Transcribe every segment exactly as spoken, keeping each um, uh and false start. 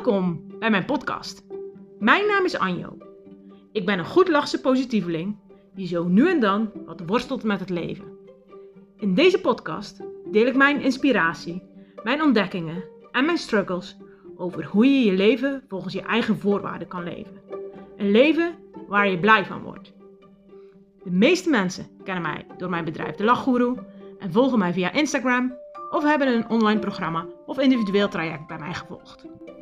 Welkom bij mijn podcast. Mijn naam is Anjo. Ik ben een goedlachse positieveling die zo nu en dan wat worstelt met het leven. In deze podcast deel ik mijn inspiratie, mijn ontdekkingen en mijn struggles over hoe je je leven volgens je eigen voorwaarden kan leven. Een leven waar je blij van wordt. De meeste mensen kennen mij door mijn bedrijf De Lachgoeroe en volgen mij via Instagram of hebben een online programma of individueel traject bij mij gevolgd.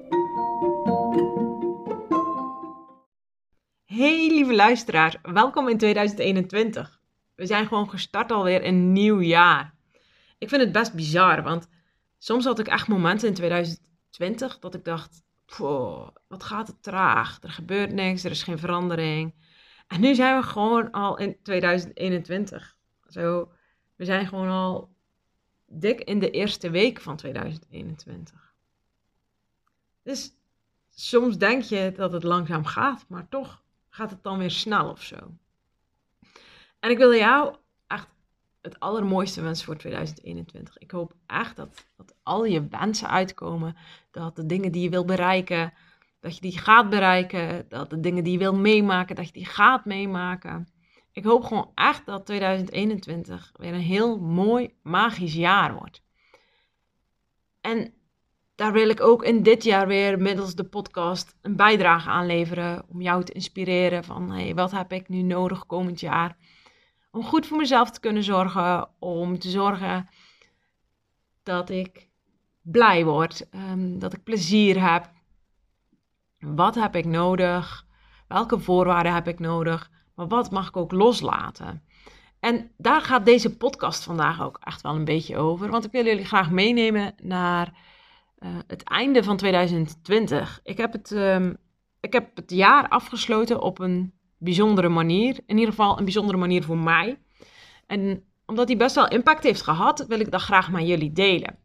Hey lieve luisteraars, welkom in tweeduizend eenentwintig. We zijn gewoon gestart alweer een nieuw jaar. Ik vind het best bizar, want soms had ik echt momenten in tweeduizend twintig dat ik dacht, poh, wat gaat het traag, er gebeurt niks, er is geen verandering. En nu zijn we gewoon al in tweeduizend eenentwintig. Zo, we zijn gewoon al dik in de eerste week van tweeduizend eenentwintig. Dus soms denk je dat het langzaam gaat, maar toch gaat het dan weer snel of zo. En ik wil jou echt het allermooiste wensen voor tweeduizend eenentwintig. Ik hoop echt dat, dat al je wensen uitkomen, dat de dingen die je wil bereiken, dat je die gaat bereiken, dat de dingen die je wil meemaken, dat je die gaat meemaken. Ik hoop gewoon echt dat tweeduizend eenentwintig weer een heel mooi, magisch jaar wordt. En daar wil ik ook in dit jaar weer middels de podcast een bijdrage aan leveren. Om jou te inspireren van, hey, wat heb ik nu nodig komend jaar? Om goed voor mezelf te kunnen zorgen. Om te zorgen dat ik blij word. Um, dat ik plezier heb. Wat heb ik nodig? Welke voorwaarden heb ik nodig? Maar wat mag ik ook loslaten? En daar gaat deze podcast vandaag ook echt wel een beetje over. Want ik wil jullie graag meenemen naar uh, het einde van tweeduizend twintig. Ik heb, het, um, ik heb het jaar afgesloten op een bijzondere manier. In ieder geval een bijzondere manier voor mij. En omdat die best wel impact heeft gehad, wil ik dat graag met jullie delen.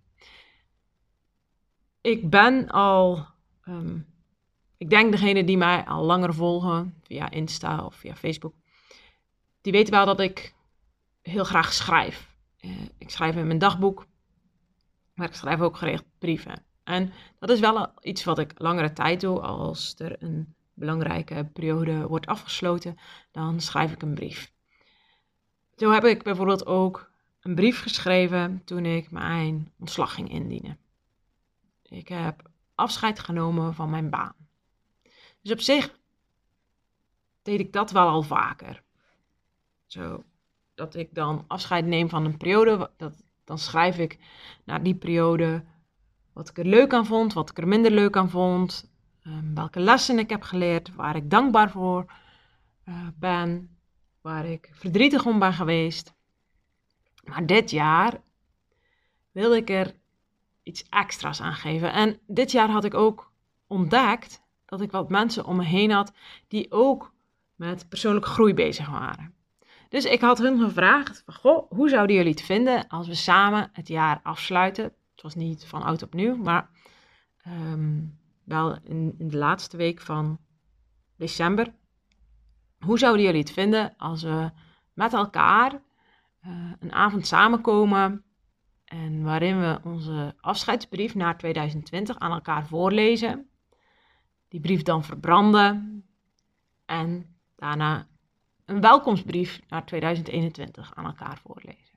Ik ben al... Um, Ik denk degenen die mij al langer volgen, via Insta of via Facebook, die weten wel dat ik heel graag schrijf. Uh, ik schrijf in mijn dagboek, maar ik schrijf ook geregeld brieven. En dat is wel iets wat ik langere tijd doe. Als er een belangrijke periode wordt afgesloten, dan schrijf ik een brief. Zo heb ik bijvoorbeeld ook een brief geschreven toen ik mijn ontslag ging indienen. Ik heb afscheid genomen van mijn baan. Dus op zich deed ik dat wel al vaker. Zo, dat ik dan afscheid neem van een periode, dat, dan schrijf ik naar die periode wat ik er leuk aan vond, wat ik er minder leuk aan vond, um, welke lessen ik heb geleerd, waar ik dankbaar voor uh, ben, waar ik verdrietig om ben geweest. Maar dit jaar wilde ik er iets extra's aan geven. En dit jaar had ik ook ontdekt dat ik wat mensen om me heen had die ook met persoonlijke groei bezig waren. Dus ik had hun gevraagd, van, goh, hoe zouden jullie het vinden als we samen het jaar afsluiten? Het was niet van oud op nieuw, maar um, wel in, in de laatste week van december. Hoe zouden jullie het vinden als we met elkaar uh, een avond samenkomen en waarin we onze afscheidsbrief naar tweeduizend twintig aan elkaar voorlezen? Die brief dan verbranden en daarna een welkomstbrief naar tweeduizend eenentwintig aan elkaar voorlezen.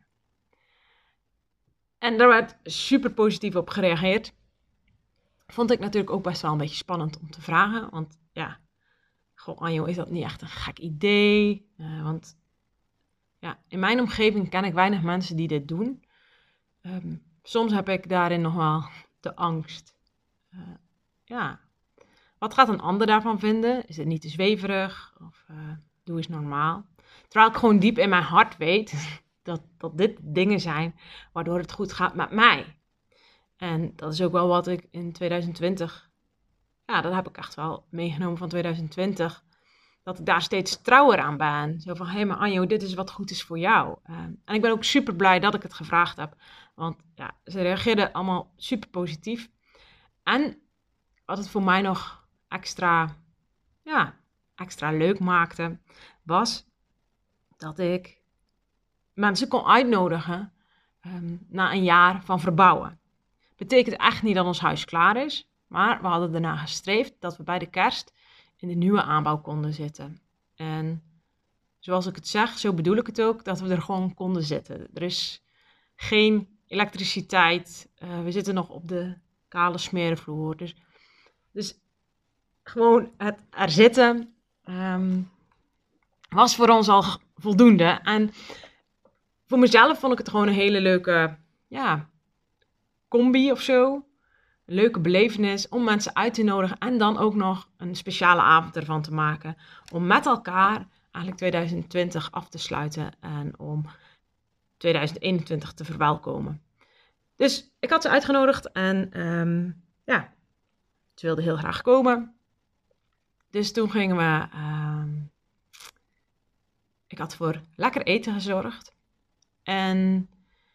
En daar werd super positief op gereageerd. Vond ik natuurlijk ook best wel een beetje spannend om te vragen. Want ja, goh Anjo, is dat niet echt een gek idee? Uh, want ja, in mijn omgeving ken ik weinig mensen die dit doen. Um, soms heb ik daarin nog wel de angst. Uh, ja... Wat gaat een ander daarvan vinden? Is het niet te zweverig? Of uh, doe eens normaal? Terwijl ik gewoon diep in mijn hart weet dat, dat dit dingen zijn waardoor het goed gaat met mij. En dat is ook wel wat ik in tweeduizend twintig, ja, dat heb ik echt wel meegenomen van tweeduizend twintig. Dat ik daar steeds trouwer aan ben. Zo van, hé hey, maar Anjo, dit is wat goed is voor jou. Uh, en ik ben ook super blij dat ik het gevraagd heb. Want ja, ze reageerden allemaal super positief. En wat het voor mij nog extra, ja, extra leuk maakte, was dat ik mensen kon uitnodigen um, na een jaar van verbouwen. Betekent echt niet dat ons huis klaar is, Maar we hadden daarna gestreefd dat we bij de kerst in de nieuwe aanbouw konden zitten. En zoals ik het zeg, zo bedoel ik het ook, dat we er gewoon konden zitten. Er is geen elektriciteit. Uh, we zitten nog op de kale smerenvloer. Dus, dus gewoon het er zitten um, was voor ons al voldoende. En voor mezelf vond ik het gewoon een hele leuke ja, combi of zo. Een leuke belevenis om mensen uit te nodigen en dan ook nog een speciale avond ervan te maken. Om met elkaar eigenlijk twintig twintig af te sluiten en om twintig eenentwintig te verwelkomen. Dus ik had ze uitgenodigd en um, ja, ze wilden heel graag komen. Dus toen gingen we, um, ik had voor lekker eten gezorgd. En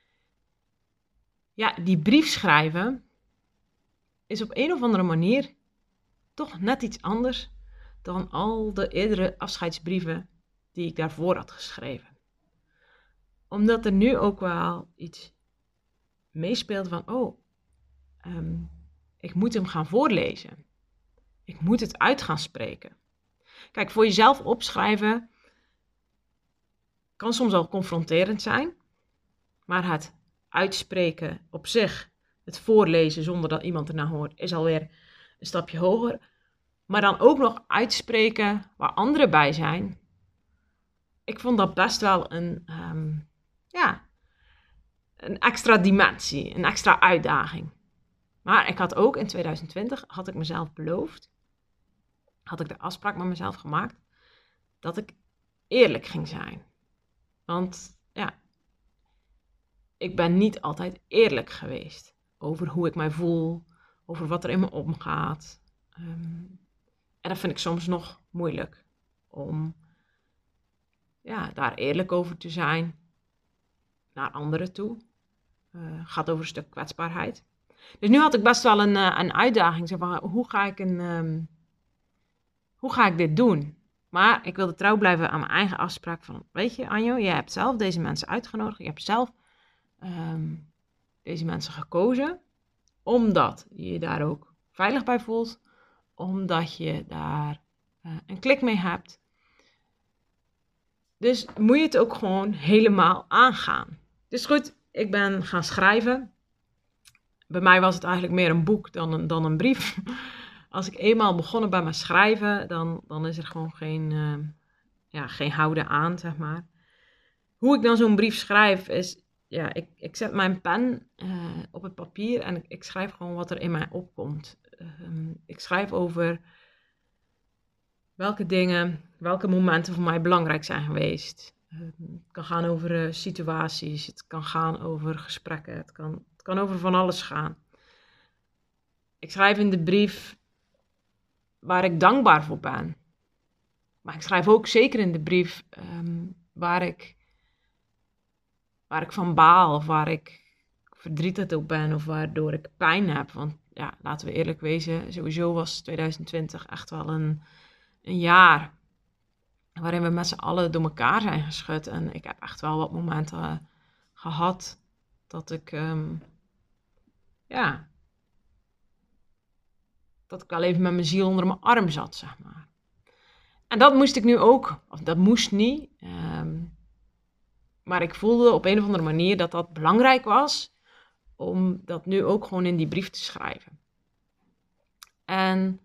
ja, die brief schrijven is op een of andere manier toch net iets anders dan al de eerdere afscheidsbrieven die ik daarvoor had geschreven. Omdat er nu ook wel iets meespeelt van, oh, um, ik moet hem gaan voorlezen. Ik moet het uit gaan spreken. Kijk, voor jezelf opschrijven kan soms al confronterend zijn, maar het uitspreken op zich, het voorlezen zonder dat iemand ernaar hoort, is alweer een stapje hoger. Maar dan ook nog uitspreken waar anderen bij zijn. Ik vond dat best wel een, um, ja, een extra dimensie, een extra uitdaging. Maar ik had ook in twintig twintig, had ik mezelf beloofd, had ik de afspraak met mezelf gemaakt, dat ik eerlijk ging zijn. Want ja, ik ben niet altijd eerlijk geweest over hoe ik mij voel, over wat er in me omgaat. Um, en dat vind ik soms nog moeilijk om ja, daar eerlijk over te zijn naar anderen toe. Uh, gaat over een stuk kwetsbaarheid. Dus nu had ik best wel een, uh, een uitdaging. Zeg van, hoe ga ik een, um, hoe ga ik dit doen? Maar ik wilde trouw blijven aan mijn eigen afspraak van, weet je Anjo, jij hebt zelf deze mensen uitgenodigd. Je hebt zelf um, deze mensen gekozen. Omdat je je daar ook veilig bij voelt. Omdat je daar uh, een klik mee hebt. Dus moet je het ook gewoon helemaal aangaan. Dus goed, ik ben gaan schrijven. Bij mij was het eigenlijk meer een boek dan een, dan een brief. Als ik eenmaal begonnen bij mijn schrijven, dan, dan is er gewoon geen, uh, ja, geen houden aan, zeg maar. Hoe ik dan zo'n brief schrijf is, ja, ik, ik zet mijn pen uh, op het papier en ik, ik schrijf gewoon wat er in mij opkomt. Uh, ik schrijf over welke dingen, welke momenten voor mij belangrijk zijn geweest. Uh, het kan gaan over uh, situaties, het kan gaan over gesprekken, het kan, het kan over van alles gaan. Ik schrijf in de brief waar ik dankbaar voor ben. Maar ik schrijf ook zeker in de brief um, waar ik, waar ik van baal of waar ik verdrietig op ben of waardoor ik pijn heb. Want ja, laten we eerlijk wezen, sowieso was twintig twintig echt wel een, een jaar waarin we met z'n allen door elkaar zijn geschud. En ik heb echt wel wat momenten uh, gehad dat ik, um, ja, dat ik wel even met mijn ziel onder mijn arm zat, zeg maar. En dat moest ik nu ook, of dat moest niet. Um, maar ik voelde op een of andere manier dat dat belangrijk was om dat nu ook gewoon in die brief te schrijven. En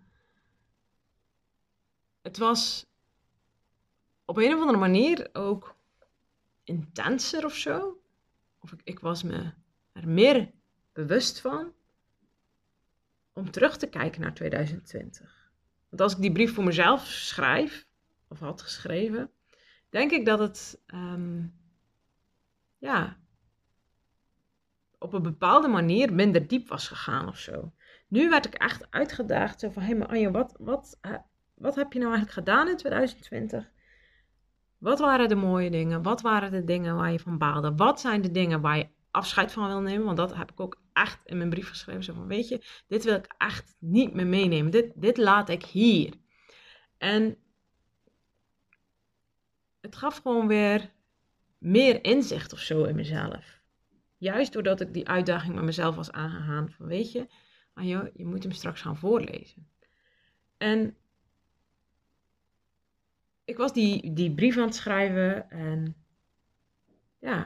het was op een of andere manier ook intenser of zo. Of ik, ik was me er meer bewust van om terug te kijken naar twintig twintig. Want als ik die brief voor mezelf schrijf, of had geschreven, denk ik dat het um, ja, op een bepaalde manier minder diep was gegaan of zo. Nu werd ik echt uitgedaagd, zo van, hé, hey, maar Anja, wat, wat, uh, wat heb je nou eigenlijk gedaan in twintig twintig? Wat waren de mooie dingen? Wat waren de dingen waar je van baalde? Wat zijn de dingen waar je afscheid van wil nemen? Want dat heb ik ook echt in mijn brief geschreven. Zo van, weet je, dit wil ik echt niet meer meenemen. Dit, dit laat ik hier. En het gaf gewoon weer meer inzicht of zo in mezelf. Juist doordat ik die uitdaging met mezelf was aangegaan. Van, weet je, Maar joh, je moet hem straks gaan voorlezen. En ik was die, die brief aan het schrijven en ja,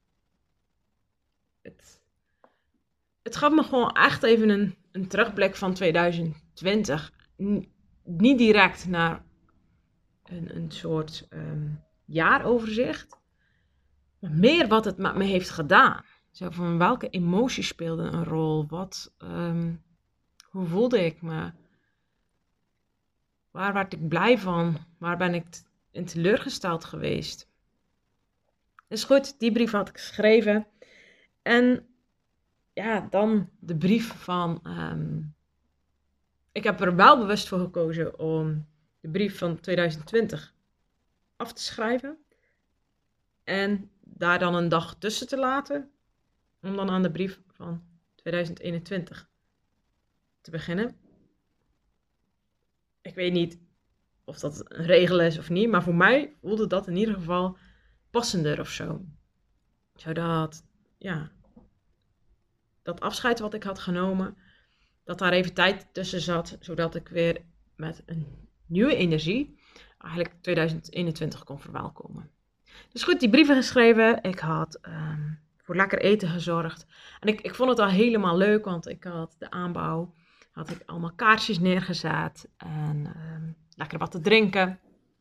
het, het gaf me gewoon echt even een, een terugblik van tweeduizend twintig. N- niet direct naar een, een soort um, jaaroverzicht, maar meer wat het met me heeft gedaan. Zo van welke emoties speelden een rol, wat, um, hoe voelde ik me, waar werd ik blij van, waar ben ik t- in teleurgesteld geweest. Dus goed, die brief had ik geschreven. En ja, dan de brief van... Um, ik heb er wel bewust voor gekozen om de brief van tweeduizend twintig af te schrijven. En daar dan een dag tussen te laten. Om dan aan de brief van tweeduizend eenentwintig te beginnen. Ik weet niet of dat een regel is of niet. Maar voor mij voelde dat in ieder geval passender of zo. Zodat, ja... dat afscheid wat ik had genomen, dat daar even tijd tussen zat, zodat ik weer met een nieuwe energie eigenlijk tweeduizend eenentwintig kon verwelkomen. Dus goed, die brieven geschreven. Ik had um, voor lekker eten gezorgd. En ik, ik vond het al helemaal leuk, want ik had de aanbouw, had ik allemaal kaarsjes neergezet en um, lekker wat te drinken.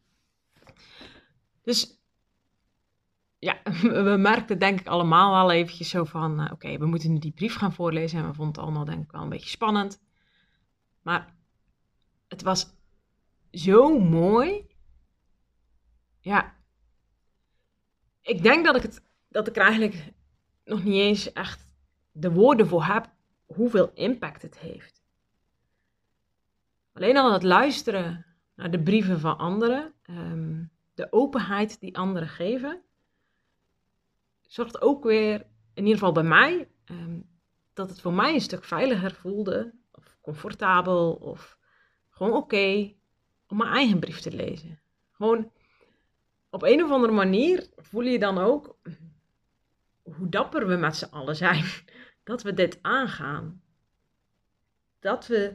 Dus ja, we merkten denk ik allemaal wel eventjes zo van, uh, oké, okay, we moeten nu die brief gaan voorlezen. En we vonden het allemaal denk ik wel een beetje spannend. Maar het was zo mooi. Ja, ik denk dat ik, het, dat ik er eigenlijk nog niet eens echt de woorden voor heb hoeveel impact het heeft. Alleen al het luisteren naar de brieven van anderen, um, de openheid die anderen geven, zorgt ook weer, in ieder geval bij mij, um, dat het voor mij een stuk veiliger voelde, of comfortabel, of gewoon oké, okay, om mijn eigen brief te lezen. Gewoon op een of andere manier voel je dan ook hoe dapper we met z'n allen zijn. Dat we dit aangaan. Dat we,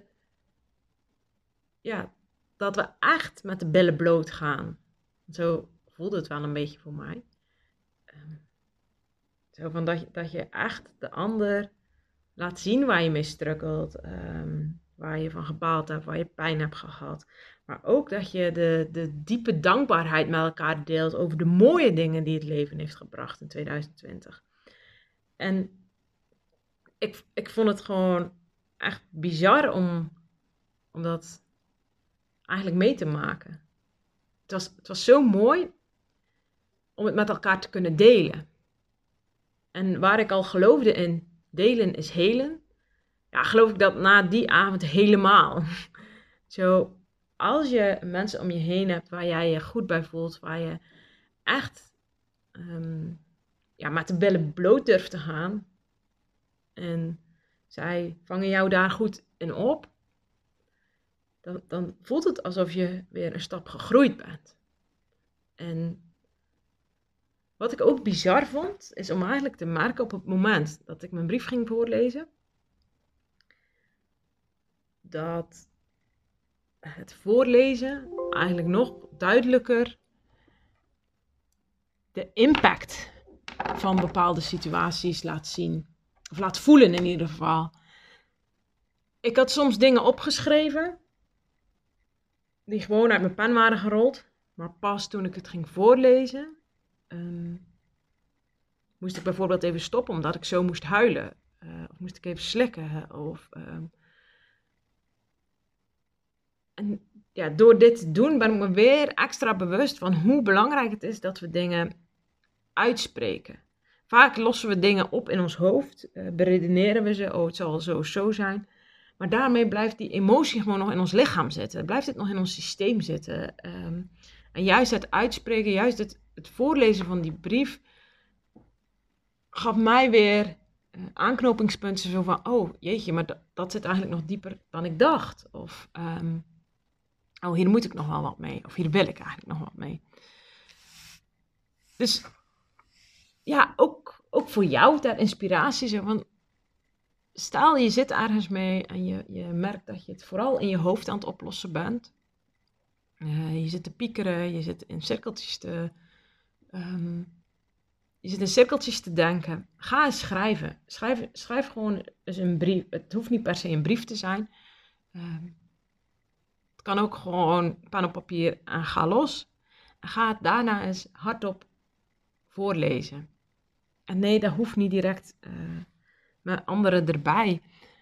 ja, dat we echt met de billen bloot gaan. Zo voelde het wel een beetje voor mij. Um, zo van dat je, dat je echt de ander laat zien waar je mee struggelt. Um, waar je van gebaald hebt, waar je pijn hebt gehad. Maar ook dat je de, de diepe dankbaarheid met elkaar deelt over de mooie dingen die het leven heeft gebracht in tweeduizend twintig. En ik, ik vond het gewoon echt bizar om, om dat eigenlijk mee te maken. Het was, het was zo mooi om het met elkaar te kunnen delen. En waar ik al geloofde in delen is helen, ja, geloof ik dat na die avond helemaal. Zo, als je mensen om je heen hebt waar jij je goed bij voelt, waar je echt um, ja, met de billen bloot durft te gaan en zij vangen jou daar goed in op, dan, dan voelt het alsof je weer een stap gegroeid bent. En wat ik ook bizar vond, is om eigenlijk te merken op het moment dat ik mijn brief ging voorlezen, dat het voorlezen eigenlijk nog duidelijker de impact van bepaalde situaties laat zien. Of laat voelen in ieder geval. Ik had soms dingen opgeschreven die gewoon uit mijn pen waren gerold. Maar pas toen ik het ging voorlezen, um, moest ik bijvoorbeeld even stoppen omdat ik zo moest huilen. Uh, of moest ik even slikken. Of, um, en ja, door dit te doen ben ik me weer extra bewust van hoe belangrijk het is dat we dingen uitspreken. Vaak lossen we dingen op in ons hoofd, uh, beredeneren we ze, oh het zal zo zo zijn. Maar daarmee blijft die emotie gewoon nog in ons lichaam zitten. Blijft het nog in ons systeem zitten. Um, en juist het uitspreken, juist het, het voorlezen van die brief, gaf mij weer uh, aanknopingspunten zo van, oh jeetje, maar dat, dat zit eigenlijk nog dieper dan ik dacht. Of, um, oh hier moet ik nog wel wat mee. Of hier wil ik eigenlijk nog wat mee. Dus ja, ook, ook voor jou ter inspiratie. Zo van, stel je zit ergens mee en je, je merkt dat je het vooral in je hoofd aan het oplossen bent. Uh, je zit te piekeren, je zit in cirkeltjes te... Um, je zit in cirkeltjes te denken. Ga eens schrijven. Schrijf, schrijf gewoon eens een brief. Het hoeft niet per se een brief te zijn. Um, het kan ook gewoon pen op papier en ga los. En ga het daarna eens hardop voorlezen. En nee, dat hoeft niet direct uh, met anderen erbij.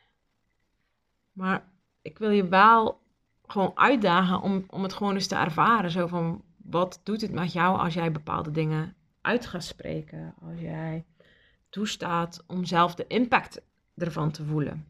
Maar ik wil je wel gewoon uitdagen om, om het gewoon eens te ervaren. Zo van, wat doet het met jou als jij bepaalde dingen uit gaat spreken? Als jij toestaat om zelf de impact ervan te voelen.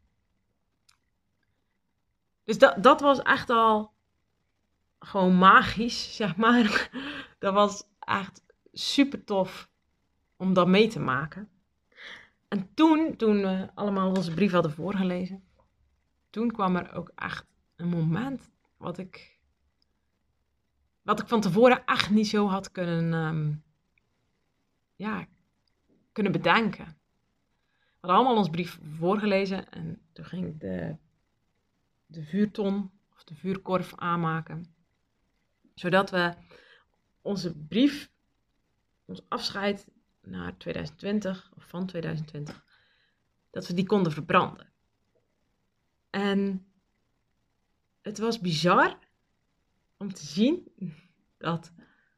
Dus dat, dat was echt al gewoon magisch, zeg maar. Dat was echt super tof om dat mee te maken. En toen, toen we allemaal onze brief hadden voorgelezen, toen kwam er ook echt een moment wat ik, wat ik van tevoren echt niet zo had kunnen, um, ja, kunnen bedenken. We hadden allemaal ons brief voorgelezen en toen ging ik de, de vuurton of de vuurkorf aanmaken. Zodat we onze brief, ons afscheid naar twintig twintig of van twintig twintig, dat we die konden verbranden. En het was bizar om te zien dat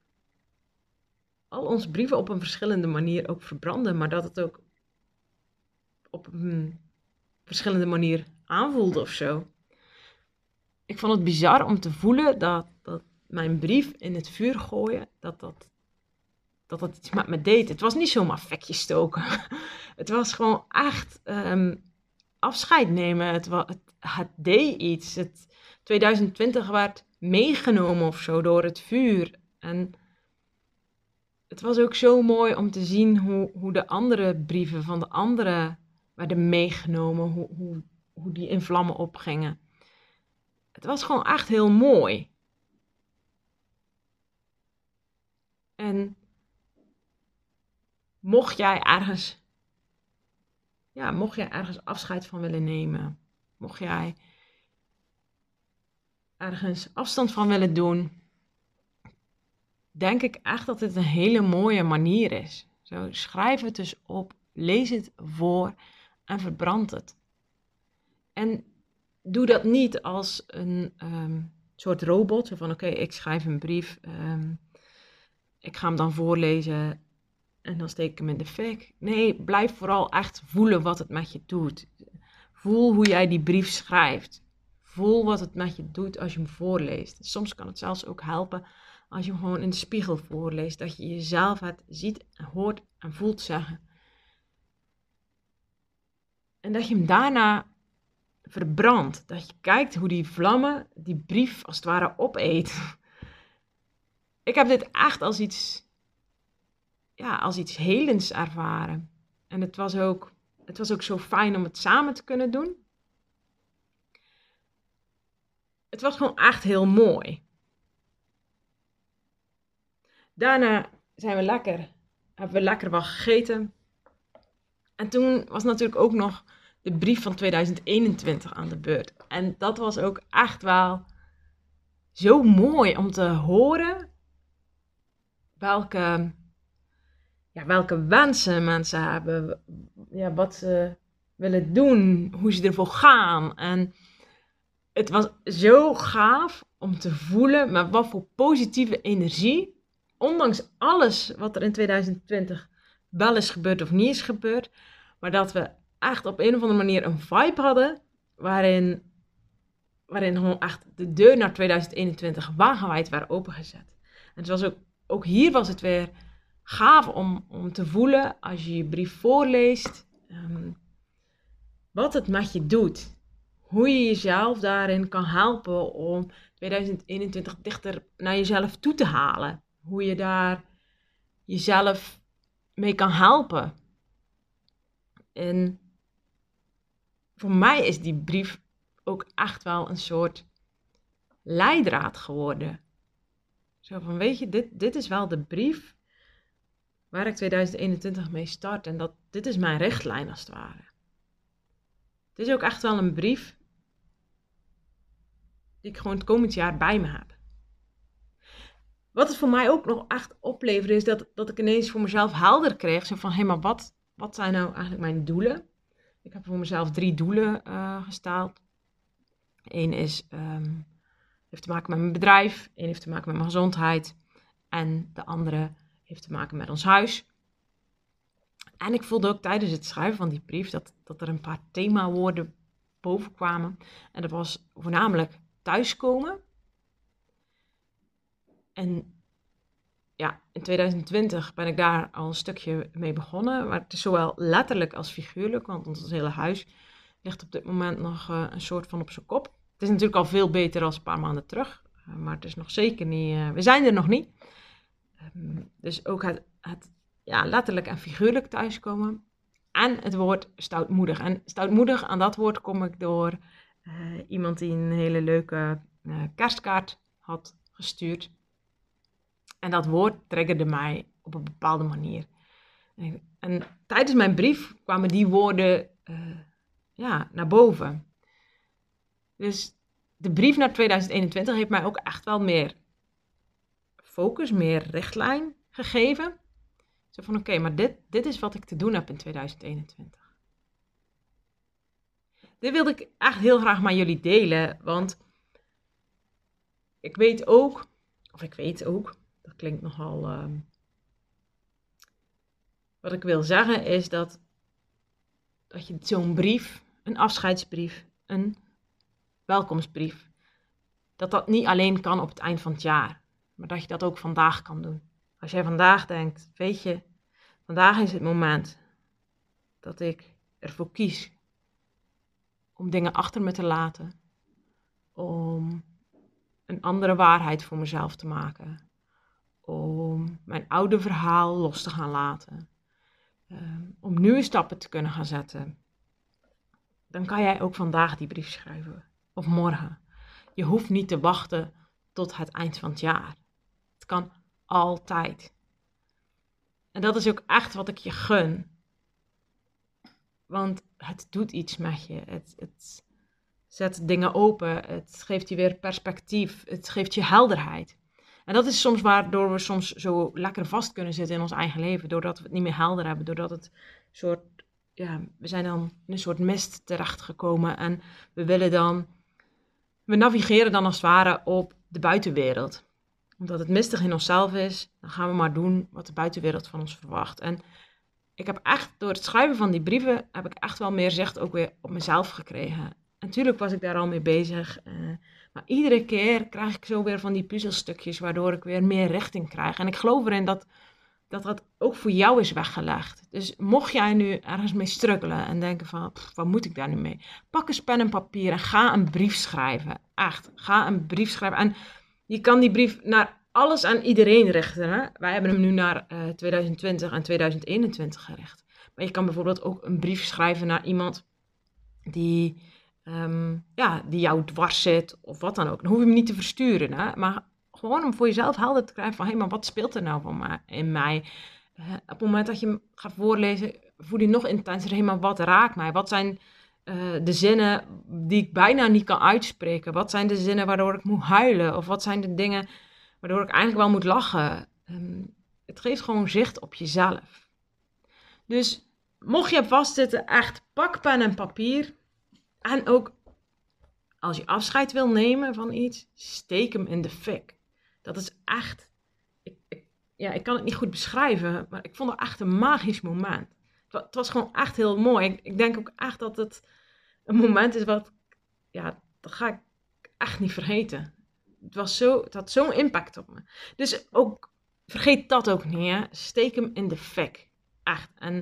al onze brieven op een verschillende manier ook verbranden, maar dat het ook op een verschillende manier aanvoelde of zo. Ik vond het bizar om te voelen dat, dat mijn brief in het vuur gooien, dat dat, dat dat iets met me deed. Het was niet zomaar vekjes stoken. Het was gewoon echt um, afscheid nemen. Het, het, het deed iets. Het, twintig twintig werd meegenomen of zo door het vuur. En het was ook zo mooi om te zien hoe, hoe de andere brieven van de anderen werden meegenomen. Hoe, hoe, hoe die in vlammen opgingen. Het was gewoon echt heel mooi. En mocht jij ergens, ja, mocht jij ergens afscheid van willen nemen, mocht jij ergens afstand van willen doen, denk ik echt dat het een hele mooie manier is. Zo, schrijf het dus op, lees het voor en verbrand het. En doe dat niet als een um, soort robot, zo van oké, okay, ik schrijf een brief, um, ik ga hem dan voorlezen en dan steek ik hem in de fik. Nee, blijf vooral echt voelen wat het met je doet. Voel hoe jij die brief schrijft. Voel wat het met je doet als je hem voorleest. Soms kan het zelfs ook helpen als je hem gewoon in de spiegel voorleest. Dat je jezelf het ziet, hoort en voelt zeggen. En dat je hem daarna verbrandt. Dat je kijkt hoe die vlammen die brief als het ware opeet. Ik heb dit echt als iets, ja, als iets helends ervaren. En het was ook, het was ook zo fijn om het samen te kunnen doen. Het was gewoon echt heel mooi. Daarna zijn we lekker, hebben we lekker wat gegeten. En toen was natuurlijk ook nog de brief van twintig eenentwintig aan de beurt. En dat was ook echt wel zo mooi om te horen welke, ja, welke wensen mensen hebben, ja, wat ze willen doen, hoe ze ervoor gaan. En het was zo gaaf om te voelen met wat voor positieve energie, ondanks alles wat er in twintig twintig wel is gebeurd of niet is gebeurd, maar dat we echt op een of andere manier een vibe hadden, waarin, waarin gewoon echt de deur naar twintig eenentwintig wagenwijd werd opengezet. En het was ook, ook hier was het weer gaaf om, om te voelen, als je je brief voorleest, um, wat het met je doet. Hoe je jezelf daarin kan helpen om twintig eenentwintig dichter naar jezelf toe te halen. Hoe je daar jezelf mee kan helpen. En voor mij is die brief ook echt wel een soort leidraad geworden. Zo van, weet je, dit, dit is wel de brief waar ik twintig eenentwintig mee start. En dat, dit is mijn richtlijn als het ware. Het is ook echt wel een brief die ik gewoon het komend jaar bij me heb. Wat het voor mij ook nog echt opleverde is dat, dat ik ineens voor mezelf helder kreeg. Zo van, hé, hey, maar wat, wat zijn nou eigenlijk mijn doelen? Ik heb voor mezelf drie doelen uh, gesteld. Eén is, um, heeft te maken met mijn bedrijf. Eén heeft te maken met mijn gezondheid. En de andere heeft te maken met ons huis. En ik voelde ook tijdens het schrijven van die brief dat, dat er een paar themawoorden boven kwamen. En dat was voornamelijk thuiskomen. En ja, in twintig twintig ben ik daar al een stukje mee begonnen. Maar het is zowel letterlijk als figuurlijk, want ons hele huis ligt op dit moment nog uh, een soort van op zijn kop. Het is natuurlijk al veel beter dan een paar maanden terug. Uh, maar het is nog zeker niet, uh, we zijn er nog niet. Um, dus ook het, het ja, letterlijk en figuurlijk thuiskomen. En het woord stoutmoedig. En stoutmoedig, aan dat woord kom ik door uh, iemand die een hele leuke uh, kerstkaart had gestuurd. En dat woord triggerde mij op een bepaalde manier. En, en tijdens mijn brief kwamen die woorden uh, ja, naar boven. Dus de brief naar twintig eenentwintig heeft mij ook echt wel meer focus, meer richtlijn gegeven. Zo van oké, okay, maar dit, dit is wat ik te doen heb in twintig eenentwintig. Dit wilde ik echt heel graag met jullie delen, want ik weet ook, of ik weet ook, dat klinkt nogal, uh, wat ik wil zeggen is dat, dat je zo'n brief, een afscheidsbrief, een welkomstbrief, dat dat niet alleen kan op het eind van het jaar, maar dat je dat ook vandaag kan doen. Als jij vandaag denkt, weet je, vandaag is het moment dat ik ervoor kies om dingen achter me te laten, om een andere waarheid voor mezelf te maken, om mijn oude verhaal los te gaan laten, um, om nieuwe stappen te kunnen gaan zetten, dan kan jij ook vandaag die brief schrijven, of morgen. Je hoeft niet te wachten tot het eind van het jaar. Het kan altijd. En dat is ook echt wat ik je gun. Want het doet iets met je. Het, het zet dingen open. Het geeft je weer perspectief. Het geeft je helderheid. En dat is soms waardoor we soms zo lekker vast kunnen zitten in ons eigen leven. Doordat we het niet meer helder hebben. Doordat het soort, ja, we zijn dan in een soort mist terechtgekomen. En we willen dan, we navigeren dan als het ware op de buitenwereld. Omdat het mistig in onszelf is, dan gaan we maar doen wat de buitenwereld van ons verwacht. En ik heb echt, door het schrijven van die brieven, heb ik echt wel meer zicht ook weer op mezelf gekregen. En natuurlijk was ik daar al mee bezig. Uh, maar iedere keer krijg ik zo weer van die puzzelstukjes, waardoor ik weer meer richting krijg. En ik geloof erin dat dat, dat ook voor jou is weggelegd. Dus mocht jij nu ergens mee struggelen en denken van, pff, wat moet ik daar nu mee? Pak eens pen en papier en ga een brief schrijven. Echt, ga een brief schrijven. En je kan die brief naar alles en iedereen richten. Hè? Wij hebben hem nu naar uh, twintig twintig en twintig eenentwintig gericht. Maar je kan bijvoorbeeld ook een brief schrijven naar iemand die, um, ja, die jou dwars zit of wat dan ook. Dan hoef je hem niet te versturen. Hè? Maar gewoon om voor jezelf helder te krijgen van, hé, hey, maar wat speelt er nou van mij, in mij? Uh, op het moment dat je hem gaat voorlezen, voel je nog intenser, hé, hey, maar wat raakt mij? Wat zijn Uh, de zinnen die ik bijna niet kan uitspreken? Wat zijn de zinnen waardoor ik moet huilen? Of wat zijn de dingen waardoor ik eigenlijk wel moet lachen? Um, het geeft gewoon zicht op jezelf. Dus mocht je vastzitten, echt pak pen en papier. En ook als je afscheid wil nemen van iets, steek hem in de fik. Dat is echt, ik, ik, ja, ik kan het niet goed beschrijven, maar ik vond het echt een magisch moment. Het was gewoon echt heel mooi. Ik, ik denk ook echt dat het een moment is wat, ja, dat ga ik echt niet vergeten. Het was zo, het had zo'n impact op me. Dus ook, vergeet dat ook niet, hè. Steek hem in de fik. Echt. En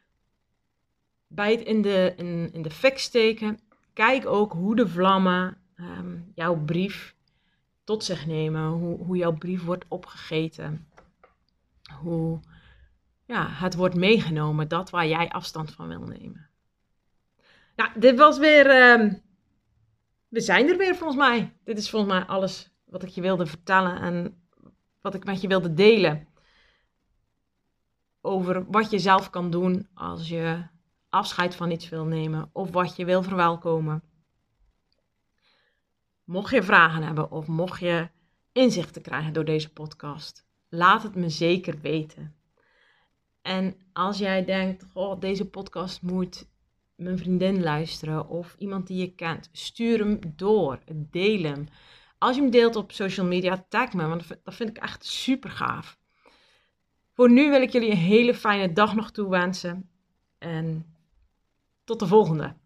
bij het in de, in, in de fik steken, kijk ook hoe de vlammen um, jouw brief tot zich nemen. Hoe, hoe jouw brief wordt opgegeten. Hoe, ja, het wordt meegenomen, dat waar jij afstand van wil nemen. Nou, dit was weer, uh, we zijn er weer volgens mij. Dit is volgens mij alles wat ik je wilde vertellen en wat ik met je wilde delen. Over wat je zelf kan doen als je afscheid van iets wil nemen of wat je wil verwelkomen. Mocht je vragen hebben of mocht je inzichten krijgen door deze podcast, laat het me zeker weten. En als jij denkt, goh, deze podcast moet mijn vriendin luisteren of iemand die je kent, stuur hem door, deel hem. Als je hem deelt op social media, tag me, want dat vind ik echt super gaaf. Voor nu wil ik jullie een hele fijne dag nog toewensen en tot de volgende.